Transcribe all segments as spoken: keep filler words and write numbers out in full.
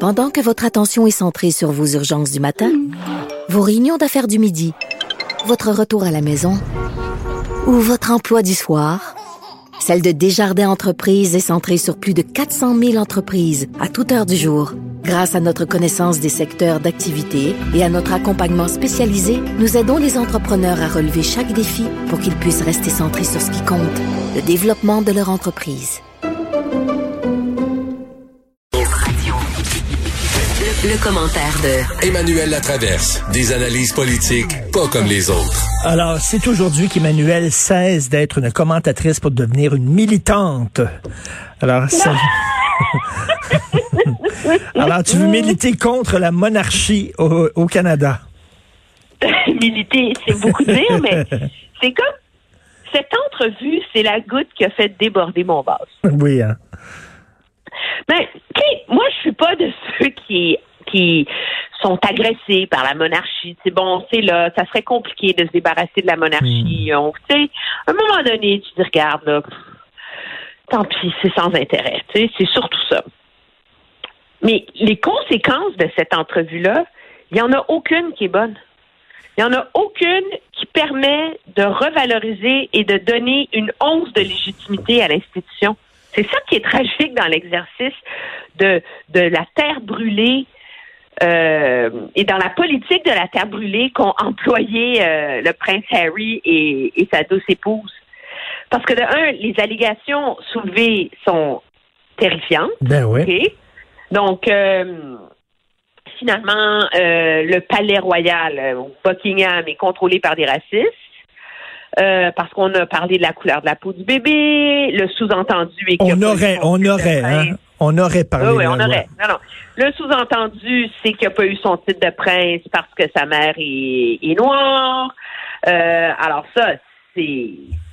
Pendant que votre attention est centrée sur vos urgences du matin, vos réunions d'affaires du midi, votre retour à la maison ou votre emploi du soir, celle de Desjardins Entreprises est centrée sur plus de quatre cent mille entreprises à toute heure du jour. Grâce à notre connaissance des secteurs d'activité et à notre accompagnement spécialisé, nous aidons les entrepreneurs à relever chaque défi pour qu'ils puissent rester centrés sur ce qui compte, le développement de leur entreprise. Le commentaire de Emmanuel Latraverse. Des analyses politiques pas comme les autres. Alors, c'est aujourd'hui qu'Emmanuel cesse d'être une commentatrice pour devenir une militante. Alors, ça... Alors, tu veux militer contre la monarchie au, au Canada? Militer, c'est beaucoup dire, mais c'est comme cette entrevue, c'est la goutte qui a fait déborder mon vase. Oui, hein? Ben, tu sais, moi, je suis pas de ceux qui qui sont agressés par la monarchie. C'est bon, c'est là, ça serait compliqué de se débarrasser de la monarchie. On, tu sais, à un moment donné, tu dis, regarde, là, pff, tant pis, c'est sans intérêt. Tu sais, c'est surtout ça. Mais les conséquences de cette entrevue-là, il n'y en a aucune qui est bonne. Il n'y en a aucune qui permet de revaloriser et de donner une once de légitimité à l'institution. C'est ça qui est tragique dans l'exercice de, de la terre brûlée euh, et dans la politique de la terre brûlée qu'ont employé euh, le prince Harry et, et sa douce épouse. Parce que de un, les allégations soulevées sont terrifiantes. Ben oui. Okay? Donc, euh, finalement, euh, le palais royal, euh, Buckingham, est contrôlé par des racistes. Euh, parce qu'on a parlé de la couleur de la peau du bébé, le sous-entendu est qu'il on aurait, on aurait, hein, on aurait parlé. Oui, oui, on là, aurait. ouais. Non, non. Le sous-entendu, c'est qu'il n'a pas eu son titre de prince parce que sa mère est, est noire. Euh, alors ça, c'est,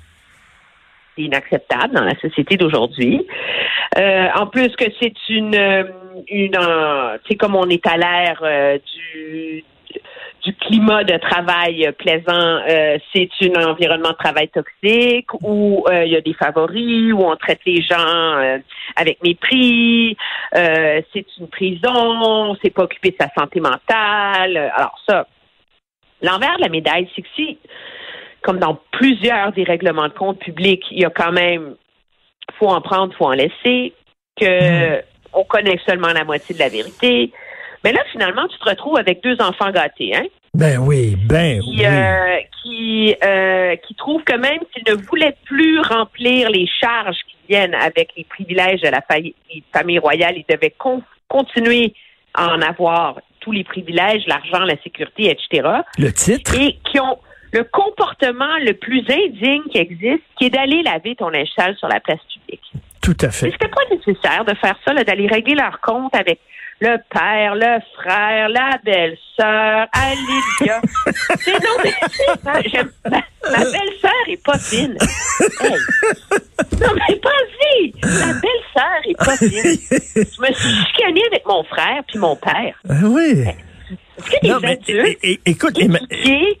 c'est inacceptable dans la société d'aujourd'hui. Euh, en plus que c'est une, une, euh, c'est comme on est à l'ère euh, du du climat de travail plaisant, euh, c'est un environnement de travail toxique où euh, il y a des favoris, où on traite les gens euh, avec mépris, euh, c'est une prison, on s'est pas occupé de sa santé mentale. Alors ça, l'envers de la médaille, c'est que si, comme dans plusieurs des règlements de compte publics, il y a quand même, faut en prendre, faut en laisser, que mmh. on connaît seulement la moitié de la vérité. Mais là, finalement, tu te retrouves avec deux enfants gâtés, hein? Ben oui, ben qui, oui. Euh, qui, euh, qui trouvent que même s'ils ne voulaient plus remplir les charges qui viennent avec les privilèges de la famille, famille royale, ils devaient con- continuer à en avoir tous les privilèges, l'argent, la sécurité, et cetera. Le titre? Et qui ont le comportement le plus indigne qui existe, qui est d'aller laver ton linge sale sur la place publique. Tout à fait. C'était pas nécessaire de faire ça, là, d'aller régler leur compte avec le père, le frère, la belle-sœur, alléluia. C'est non, mais c'est, j'aime, ma, ma belle-sœur est pas fine. Hey. Non, mais pas-y! Ma belle-sœur est pas fine. Je me suis chicanée avec mon frère puis mon père. Ah oui. Est-ce que des non, mais, adultes é- é- écoute, éduqués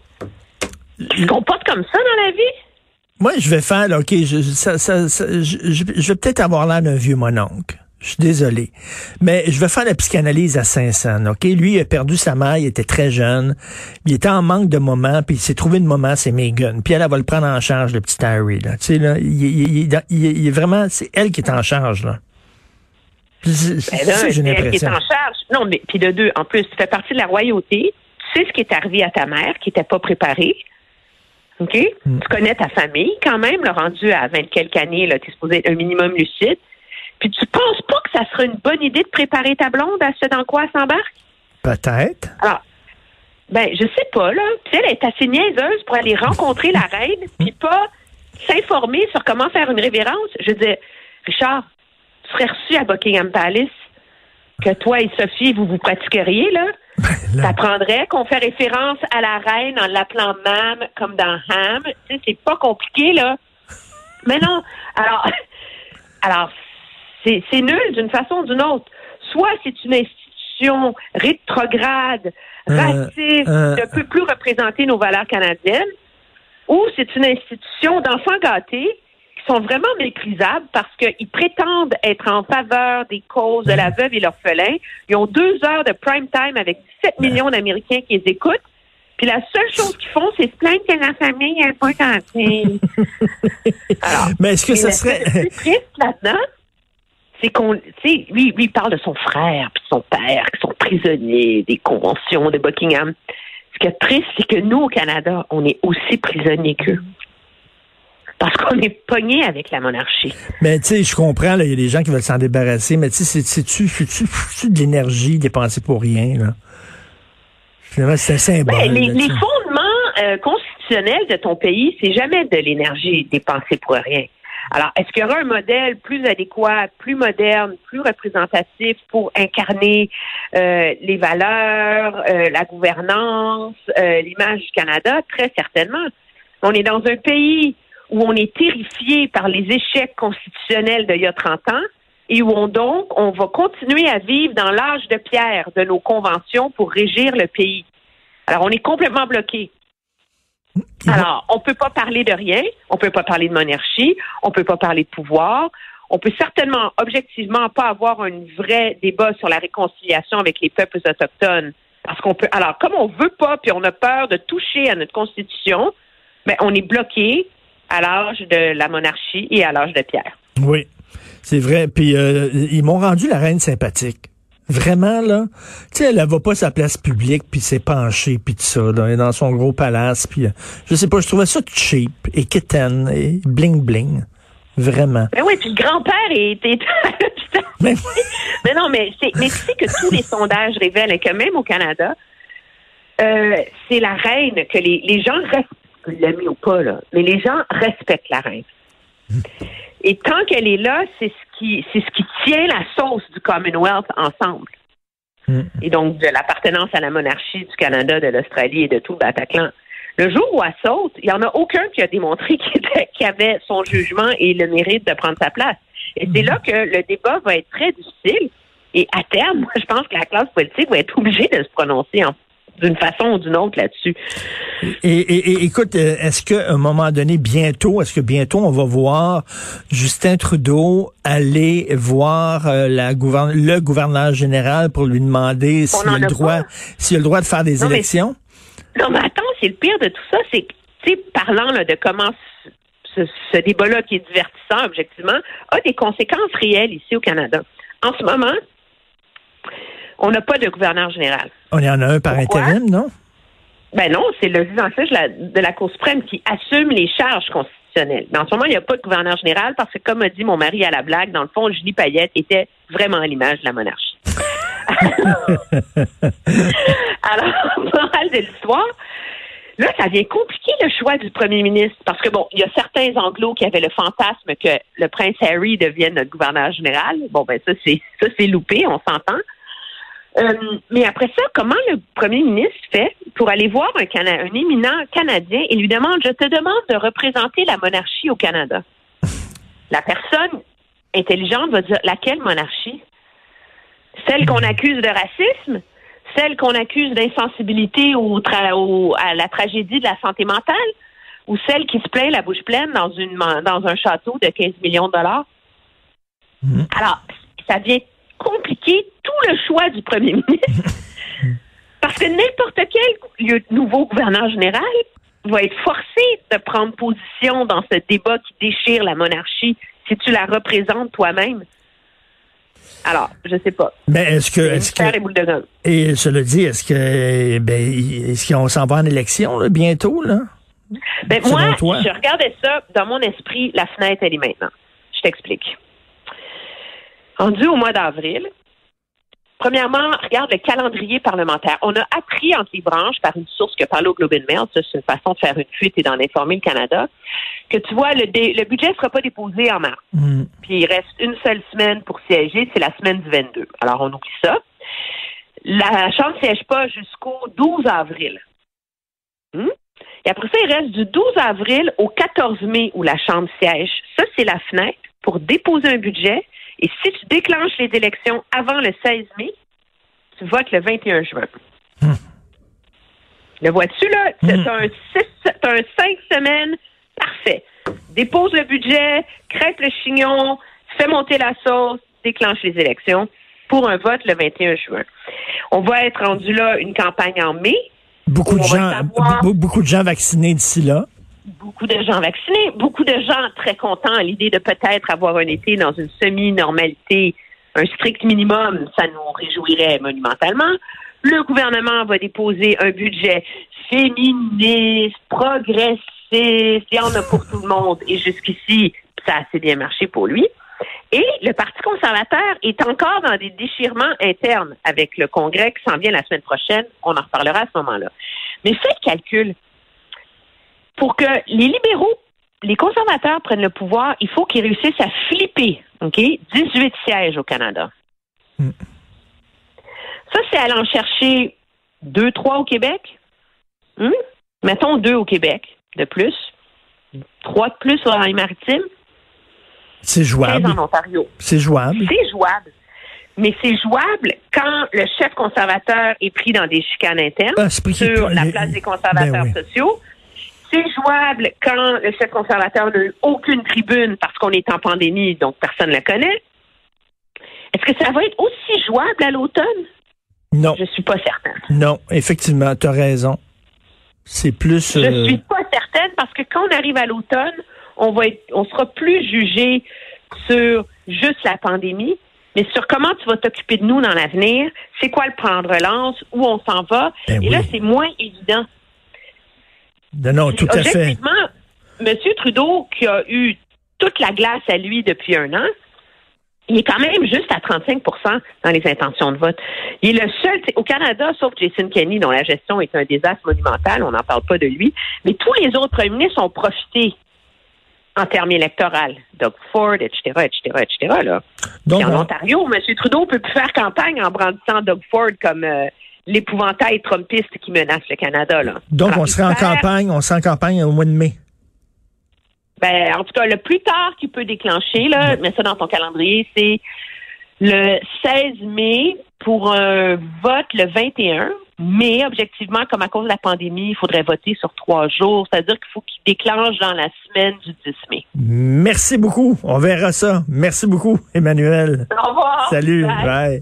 se comportent comme ça dans la vie? Moi, je vais faire, là, OK, je, ça, ça, ça, je, je, je vais peut-être avoir l'air d'un vieux mononcle. Je suis désolé. Mais je vais faire la psychanalyse à Saint-Saëns, OK? Lui, il a perdu sa mère, il était très jeune. Il était en manque de moments, puis il s'est trouvé de moment, c'est Meghan. Puis elle, elle va le prendre en charge, le petit Harry, là. Tu sais, là, il, il, il, il, il est vraiment, c'est elle qui est en charge, là. C'est, c'est, Ben là, ça, j'ai c'est elle qui est l'impression. en charge. Non, mais puis de deux, en plus, tu fais partie de la royauté. Tu sais ce qui est arrivé à ta mère, qui n'était pas préparée. OK? Mm. Tu connais ta famille, quand même, le rendu à vingt quelques années, là, tu es supposé être un minimum lucide. Puis tu penses pas que ça serait une bonne idée de préparer ta blonde à ce dans quoi elle s'embarque? Peut-être. Alors, ben, je sais pas, là. Puis elle est assez niaiseuse pour aller rencontrer la reine, puis pas s'informer sur comment faire une révérence. Je veux dire, Richard, tu serais reçu à Buckingham Palace, que toi et Sophie, vous vous pratiqueriez, là. Là. Ça prendrait qu'on fait référence à la reine en l'appelant Mam, comme dans Ham. Tu sais, c'est pas compliqué, là. Mais non. Alors, alors, C'est, c'est nul d'une façon ou d'une autre. Soit c'est une institution rétrograde, raciste, euh, euh, ne peut plus représenter nos valeurs canadiennes, ou c'est une institution d'enfants gâtés qui sont vraiment méprisables parce qu'ils prétendent être en faveur des causes de la veuve et l'orphelin. Ils ont deux heures de prime time avec dix-sept millions d'Américains qui les écoutent. Puis la seule chose qu'ils font, c'est se plaindre que la famille n'est pas gentille. Alors, mais est-ce que ça serait... Le plus triste là-dedans, c'est qu'on, tu sais, lui, lui, il parle de son frère puis de son père qui sont prisonniers des conventions de Buckingham. Ce qui est triste, c'est que nous, au Canada, on est aussi prisonniers qu'eux. Parce qu'on est pognés avec la monarchie. Mais tu sais, je comprends, il y a des gens qui veulent s'en débarrasser, mais tu sais, c'est-tu, c'est-tu, c'est-tu de l'énergie dépensée pour rien, là? Finalement, c'est un symbole. Ben, les, là, les fondements euh, constitutionnels de ton pays, c'est jamais de l'énergie dépensée pour rien. Alors, est-ce qu'il y aura un modèle plus adéquat, plus moderne, plus représentatif pour incarner euh, les valeurs, euh, la gouvernance, euh, l'image du Canada? Très certainement. On est dans un pays où on est terrifié par les échecs constitutionnels d'il y a trente ans et où on donc on va continuer à vivre dans l'âge de pierre de nos conventions pour régir le pays. Alors, on est complètement bloqué. Alors, on peut pas parler de rien, on peut pas parler de monarchie, on peut pas parler de pouvoir, on peut certainement, objectivement, pas avoir un vrai débat sur la réconciliation avec les peuples autochtones, parce qu'on peut, alors, comme on veut pas, puis on a peur de toucher à notre constitution, ben, on est bloqué à l'âge de la monarchie et à l'âge de pierre. Oui, c'est vrai, puis euh, ils m'ont rendu la reine sympathique. Vraiment, là, tu sais, elle va pas sa place publique, puis s'est penchée, puis tout ça, là, elle est dans son gros palace, puis euh, je sais pas, je trouvais ça cheap, et kitten, et bling-bling, vraiment. Ben oui, puis le grand-père était... mais... mais non, mais c'est mais tu sais que tous les sondages révèlent que même au Canada, euh, c'est la reine que les, les gens respectent, l'ami ou pas, là, mais les gens respectent la reine. Et tant qu'elle est là, c'est ce qui c'est ce qui tient la sauce du Commonwealth ensemble. Mm. Et donc de l'appartenance à la monarchie du Canada, de l'Australie et de tout le Bataclan. Le jour où elle saute, il n'y en a aucun qui a démontré qu'il, était, qu'il avait son jugement et le mérite de prendre sa place. Et c'est là que le débat va être très difficile. Et à terme, moi, je pense que la classe politique va être obligée de se prononcer en d'une façon ou d'une autre là-dessus. Et, et, et écoute, est-ce qu'à un moment donné, bientôt, est-ce que bientôt on va voir Justin Trudeau aller voir euh, la gouverne- le gouverneur général pour lui demander s'il a le droit, s'il a le droit de faire des non, élections? Mais, non, mais attends, c'est le pire de tout ça, c'est que, tu sais, parlant là, de comment ce, ce débat-là, qui est divertissant, objectivement, a des conséquences réelles ici au Canada. En ce moment, on n'a pas de gouverneur général. On en a un par Pourquoi? intérim, non? Ben non, c'est le juge en chef de la, de la Cour suprême qui assume les charges constitutionnelles. Mais en ce moment, il n'y a pas de gouverneur général parce que, comme a dit mon mari à la blague, dans le fond, Julie Payette était vraiment à l'image de la monarchie. Alors, morale de l'histoire, là, ça vient compliquer le choix du premier ministre parce que, bon, il y a certains anglos qui avaient le fantasme que le prince Harry devienne notre gouverneur général. Bon, ben ça, c'est ça c'est loupé, on s'entend. Euh, mais après ça, comment le premier ministre fait pour aller voir un, Cana- un éminent Canadien et lui demande, je te demande de représenter la monarchie au Canada. La personne intelligente va dire, laquelle monarchie? Celle qu'on accuse de racisme? Celle qu'on accuse d'insensibilité au tra- au, à la tragédie de la santé mentale? Ou celle qui se plaint la bouche pleine dans, une, dans un château de quinze millions de dollars? Mmh. Alors, ça vient compliquer tout le choix du premier ministre. Parce que n'importe quel nouveau gouverneur général va être forcé de prendre position dans ce débat qui déchire la monarchie si tu la représentes toi-même. Alors, je sais pas. Ben, est-ce que, est-ce que, et boule de gomme. Et cela dit, est-ce que, ben, est-ce qu'on s'en va en élection, là, bientôt, là? Ben, moi, toi? Je regardais ça dans mon esprit, la fenêtre, elle est maintenant. Je t'explique. Rendu au mois d'avril, premièrement, regarde le calendrier parlementaire. On a appris entre les branches par une source qui a parlé au Globe and Mail, ça c'est une façon de faire une fuite et d'en informer le Canada, que tu vois, le, dé, le budget ne sera pas déposé en mars. Mm. Puis il reste une seule semaine pour siéger, c'est la semaine du vingt-deux. Alors on oublie ça. La Chambre ne siège pas jusqu'au douze avril. Hmm? Et après ça, il reste du douze avril au quatorze mai où la Chambre siège. Ça, c'est la fenêtre pour déposer un budget. Et si tu déclenches les élections avant le seize mai, tu votes le vingt et un juin. Hum. Le vois-tu, là? Hum. C'est un, six, c'est un cinq semaines parfait. dépose le budget, crête le chignon, fait monter la sauce, déclenche les élections pour un vote le vingt et un juin. On va être rendu là une campagne en mai. Beaucoup de gens, savoir, beaucoup, beaucoup de gens vaccinés d'ici là. Beaucoup de gens vaccinés, beaucoup de gens très contents à l'idée de peut-être avoir un été dans une semi-normalité, un strict minimum, ça nous réjouirait monumentalement. Le gouvernement va déposer un budget féministe, progressiste, il y en a pour tout le monde. Et jusqu'ici, ça a assez bien marché pour lui. Et le Parti conservateur est encore dans des déchirements internes avec le Congrès qui s'en vient la semaine prochaine. On en reparlera à ce moment-là. Mais faites le calcul. Pour que les libéraux, les conservateurs prennent le pouvoir, il faut qu'ils réussissent à flipper, OK? dix-huit sièges au Canada. Mm. Ça, c'est aller en chercher deux, trois au Québec. Hum? Mettons deux au Québec de plus. Trois de plus sur les maritimes. C'est jouable. quinze en Ontario. C'est jouable. C'est jouable. Mais c'est jouable quand le chef conservateur est pris dans des chicanes internes ah, sur la place des conservateurs ben oui. sociaux. C'est jouable quand le chef conservateur n'a eu aucune tribune parce qu'on est en pandémie, donc personne ne le connaît. Est-ce que ça va être aussi jouable à l'automne? Non. Je suis pas certaine. Non, effectivement, tu as raison. C'est plus... Euh... Je suis pas certaine parce que quand on arrive à l'automne, on va être, on sera plus jugé sur juste la pandémie, mais sur comment tu vas t'occuper de nous dans l'avenir, c'est quoi le plan de relance, où on s'en va. Ben Et oui. là, c'est moins évident. Non, non, tout à fait. Objectivement, M. Trudeau, qui a eu toute la glace à lui depuis un an, il est quand même juste à trente-cinq pour cent dans les intentions de vote. Il est le seul, au Canada, sauf Jason Kenney, dont la gestion est un désastre monumental, on n'en parle pas de lui, mais tous les autres premiers ministres ont profité en termes électoraux. Doug Ford, et cetera, et cetera, et cetera. Là. Donc, en on... Ontario, M. Trudeau peut plus faire campagne en brandissant Doug Ford comme euh, l'épouvantail trumpiste qui menace le Canada. Là. Donc, Alors, on serait en faire... campagne, on serait en campagne au mois de mai. Ben, en tout cas, le plus tard qu'il peut déclencher, là, mets ça dans ton calendrier, c'est le seize mai pour un vote le vingt et un. Mais, objectivement, comme à cause de la pandémie, il faudrait voter sur trois jours. C'est-à-dire qu'il faut qu'il déclenche dans la semaine du dix mai. Merci beaucoup. On verra ça. Merci beaucoup, Emmanuel. Au revoir. Salut. Bye. Bye.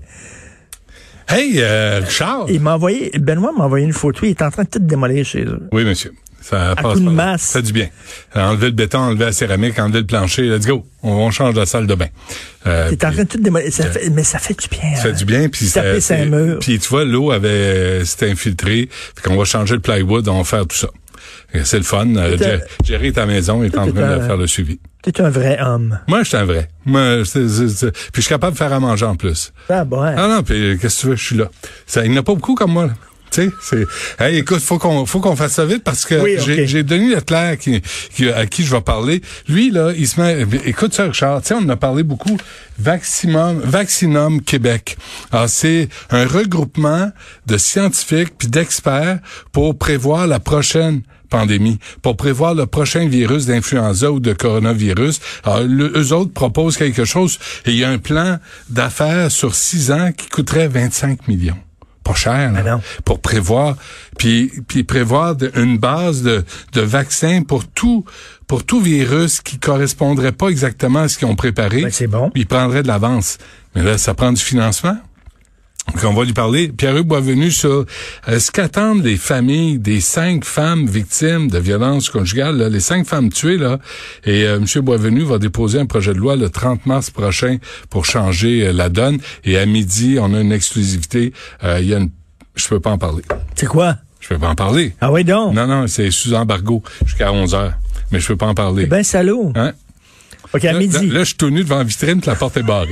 Hey, euh, Charles. Il m'a envoyé, Benoît m'a envoyé une photo. Il est en train de tout démolir chez eux. Oui, monsieur. Ça à coup de masse. Ça fait du bien. Enlever le béton, enlever la céramique, enlever le plancher, let's go. On, on change la salle de bain. Euh, T'es en train de tout démolir. Ça fait, mais ça fait du bien. Ça hein. fait du bien. Puis ça, puis tu vois, l'eau avait euh, s'était infiltrée. Fait qu'on va changer le plywood, on va faire tout ça. C'est le fun. Euh, Jerry est à la maison, il est en train un, de faire le suivi. T'es un vrai homme. Moi, je suis un vrai. Moi, c'est, c'est, c'est, puis je suis capable de faire à manger en plus. Ah bon. Hein. Ah non, puis qu'est-ce que tu veux, je suis là. Ça, il n'y en a pas beaucoup comme moi, là. Tu sais, c'est. Hey, écoute, faut qu'on, faut qu'on fasse ça vite parce que oui, okay. j'ai, j'ai Denis Leclerc qui, qui, à qui je vais parler. Lui, là, il se met. Écoute ça, Richard. Tu sais, on en a parlé beaucoup. Vaccinum, Vaccinum Québec. Alors, c'est un regroupement de scientifiques puis d'experts pour prévoir la prochaine pandémie, pour prévoir le prochain virus d'influenza ou de coronavirus. Alors, le, eux autres proposent quelque chose et il y a un plan d'affaires sur six ans qui coûterait vingt-cinq millions. Pas cher, là, pour prévoir, puis puis prévoir de, une base de, de vaccins pour tout pour tout virus qui correspondrait pas exactement à ce qu'ils ont préparé. Ben, c'est bon. Ils prendraient de l'avance. Mais là, ça prend du financement. Donc, on va lui parler. Pierre-Hugues Boisvenu sur euh, ce qu'attendent les familles des cinq femmes victimes de violences conjugales, là, les cinq femmes tuées, là. Et euh, M. Boisvenu va déposer un projet de loi le trente mars prochain pour changer euh, la donne. Et à midi, on a une exclusivité. Euh, il y a une... Je peux pas en parler. C'est quoi? Je peux pas en parler. Ah oui, donc? Non, non, c'est sous embargo jusqu'à onze heures. Mais je peux pas en parler. C'est bien salaud. Hein? OK, à là, midi. Là, là, je suis tout nu devant la vitrine, puis la porte est barrée.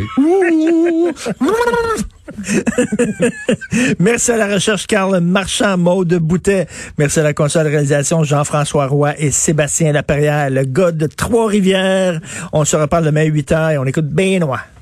Merci à la recherche Carl Marchand, Maude Boutet. Merci à la console de réalisation Jean-François Roy et Sébastien Laperrière, le gars de Trois-Rivières. On se reparle demain à huit heures et on écoute Benoît.